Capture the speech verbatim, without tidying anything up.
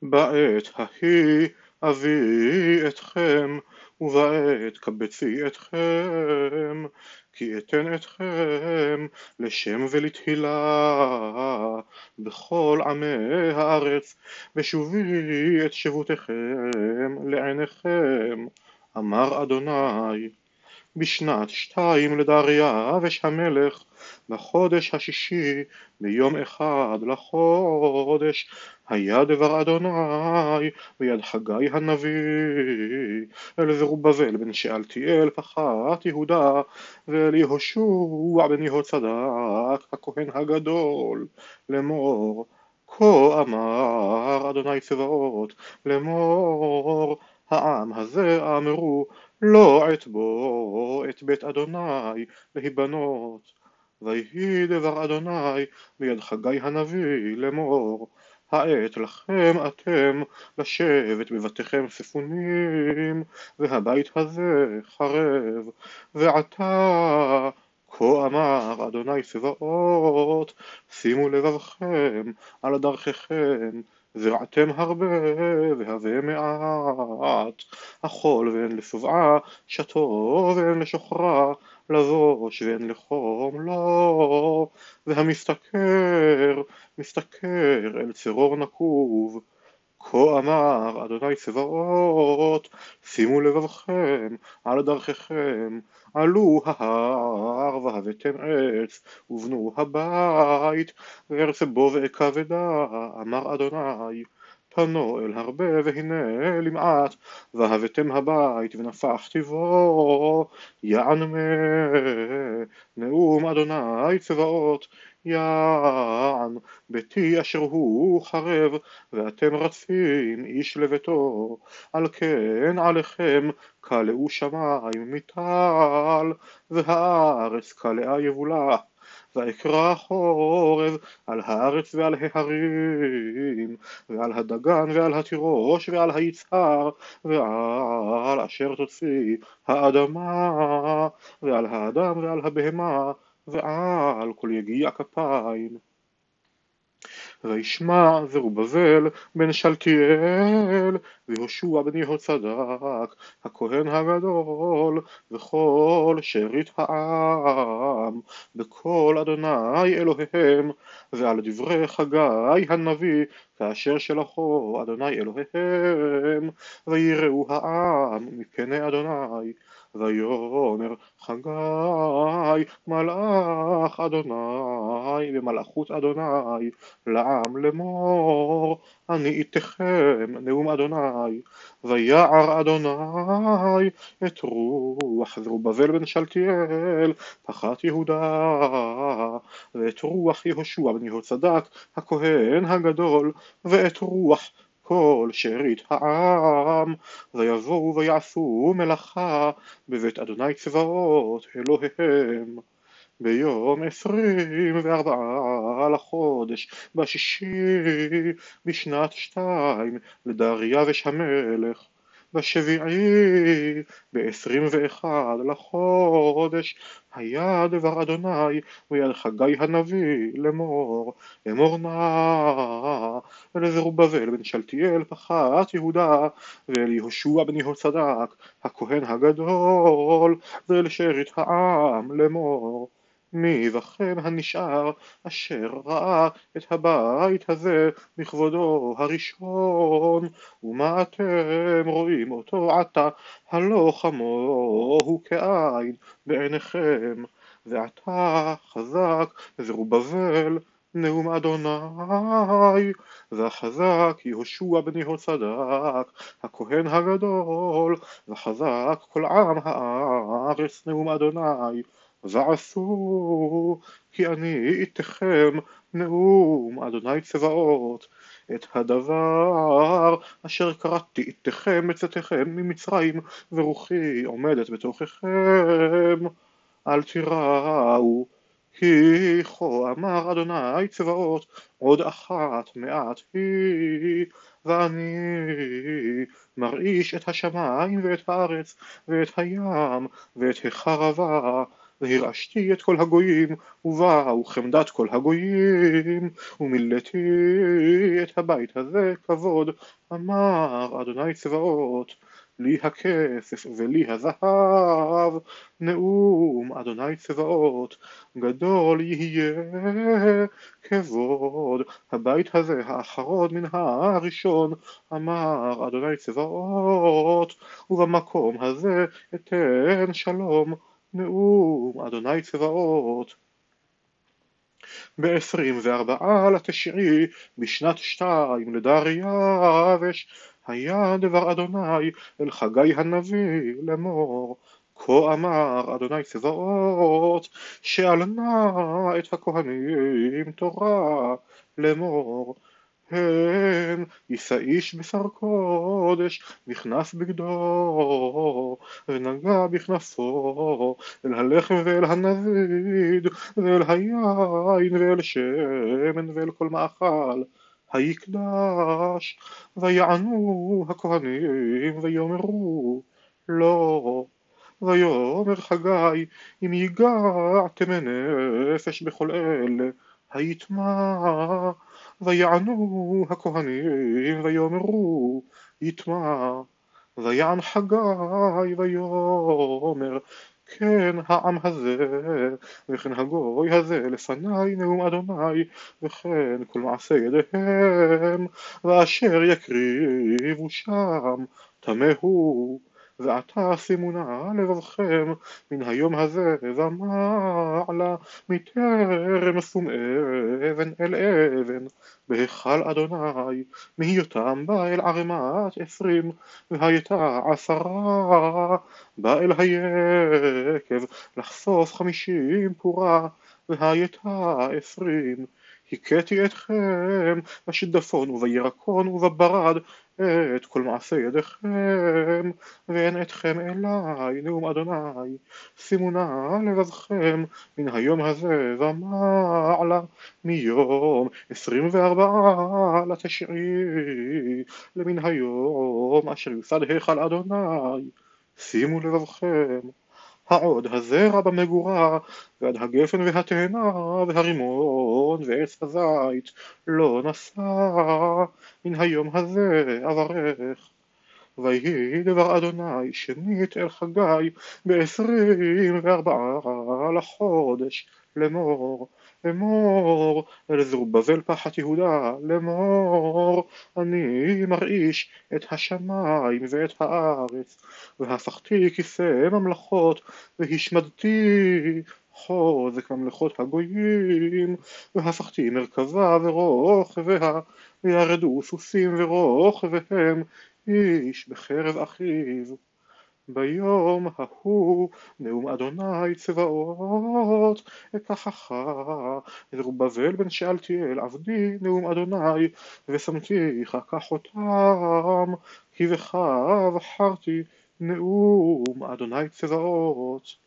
בעת ההיא אביא אתכם, ובעת קבצי אתכם, כי אתן אתכם לשם ולתהילה בכל עמי הארץ, ושובי את שבותכם לעיניכם, אמר אדוני. בשנת שתיים לדריווש המלך, בחודש השישי, ביום אחד לחודש, היה דבר אדוני ביד חגי הנביא אל זרובבל בן שאלתיאל פחת יהודה, ואל יהושע בן יהוצדק הכהן הגדול, לאמור, כה אמר אדוני צבאות, לאמור, העם הזה אמרו לא עת בו את בית אדוני להיבנות. ויהי דבר אדוני ביד חגי הנביא לאמור, העת לכם אתם לשבת בבתיכם ספונים, והבית הזה חרב. ועתה כה אמר אדוני צבאות, שימו לבבכם על דרככם, זרעתם הרבה והווה מעט, אכול ואין לשבעה, שתו ואין לשוכרה, לבוש ואין לחום לא, והמשתכר משתכר אל צרור נקוב. כה אמר אדוני צבאות, שימו לבבכם על דרככם, עלו ההר והבאתם עץ, ובנו הבית, וארצה בו ואכבדה, אמר אדוני. פנו אל הרבה והנה למעט, והבאתם הבית ונפחתי בו, יען נאום אדוני צבאות, יען ביתי אשר הוא חרב, ואתם רצים איש לביתו, על כן עליכם כלאו שמיים מטל, והארץ כלאה יבולה. ואקרא חורב על הארץ ועל ההרים, ועל הדגן ועל התירוש ועל היצהר, ועל אשר תוציא האדמה, ועל האדם ועל הבהמה, ועל כל יגיע כפיים. וישמע זרובבל בן שלתיאל ויהושע בן יהוצדק הכהן הגדול וכל שארית העם בקול אדוני אלוהיהם, ועל דברי חגי הנביא כאשר שלחו אדוני אלוהיהם, ויראו העם מפני אדוני. ויאמר חגי מלאך אדוני במלאכות אדוני לעם לאמור, אני איתכם נאום אדוני. ויער אדוני את רוח זרובבל בן שלתיאל פחת יהודה, ואת רוח יהושע בן יהוצדק הכהן הגדול, ואת רוח כל שארית העם, ויבואו ויעשו מלאכה בבית אדוני צבאות אלוהיהם. ביום עשרים וארבעה לחודש בשישי בשנת שתיים לדריווש המלך, בשביעי בעשרים ואחד לחודש היה דבר אדוני ביד חגי הנביא לאמור, אמור נא אל זרובבל בן שלתיאל פחת יהודה, ואל יהושע בן יהוצדק הכהן הגדול, ואל שארית העם לאמור, מי בכם הנשאר אשר ראה את הבית הזה בכבודו הראשון, ומה אתם רואים אותו עתה, הלא כמוהו כעין בעיניכם. ועתה חזק זרובבל נאום אדוני, וחזק יהושע בן יהוצדק הכהן הגדול, וחזק כל עם הארץ נאום אדוני. ועשו כי אני איתכם נאום אדוני צבאות, את הדבר אשר קראתי איתכם בצאתכם ממצרים, ורוחי עומדת בתוככם. אל תיראו, כי כה אמר אדוני צבאות, עוד אחת מעט היא, ואני מרעיש את השמיים ואת הארץ ואת הים ואת החרבה, והרעשתי את כל הגויים, ובאו חמדת כל הגויים, ומילאתי את הבית הזה כבוד, אמר אדוני צבאות. לי הכסף ולי הזהב, נאום אדוני צבאות, גדול יהיה כבוד הבית הזה האחרון מן הראשון, אמר אדוני צבאות, ובמקום הזה אתן שלום, נאום אדוני צבאות. בעשרים וארבעה לתשעי בשנת שתיים לדריווש היה דבר אדוני אל חגי הנביא לאמור, כה אמר אדוני צבאות, שאל נא את הכהנים תורה לאמור, הן יישא איש בשר קודש נכנס בגדו ונגע בכנפו אל הלחם ואל הנביד ואל היין ואל שמן ואל כל מאכל היקדש, ויענו הכהנים ויאמרו לא. ויאמר חגי, אם ייגעתם נפש בכל אלה היטמע. ויענו הכהנים ויאמרו יטמע. ויען חגי ויאמר, כן העם הזה וכן הגוי הזה לפני נאום אדוני, וכן כל מעשה ידיהם ואשר יקריבו שם תמהו. ועתה שימו נא לבבכם מן היום הזה ומעלה, מטרם שום אבן אל אבן בהיכל אדוני, מהיותם בא אל ערמת עשרים והייתה עשרה, בא אל היקב לחשוף חמישים פורה והייתה עשרים. הכיתי אתכם בשידפון ובירקון ובברד את כל מעשה ידיכם, ואין אתכם אליי נאום אדוני. שימו נא לבבכם מן היום הזה ומעלה, מיום עשרים וארבעה לתשעי למן היום אשר יוסד היכל אדוני. שימו לבבכם. העוד הזרע במגורה, ועד הגפן והתאנה והרימון ועץ הזית לא נשא, מן היום הזה אברך. ויהי דבר אדוני שנית אל חגי בעשרים וארבעה לחודש לאמור, אמור אל זרובבל פחת יהודה לאמור, אני מרעיש את השמיים ואת הארץ, והפכתי כיסא ממלכות והשמדתי חוזק ממלכות הגויים, והפכתי מרכבה ורוכביה, וירדו סוסים ורוכביהם איש בחרב אחיו. ביום ההוא נאום אדוני צבאות, אקחך את זרובבל בן שאלתיאל עבדי נאום אדוני, ושמתיך קח אותם, כי בך בחרתי נאום אדוני צבאות.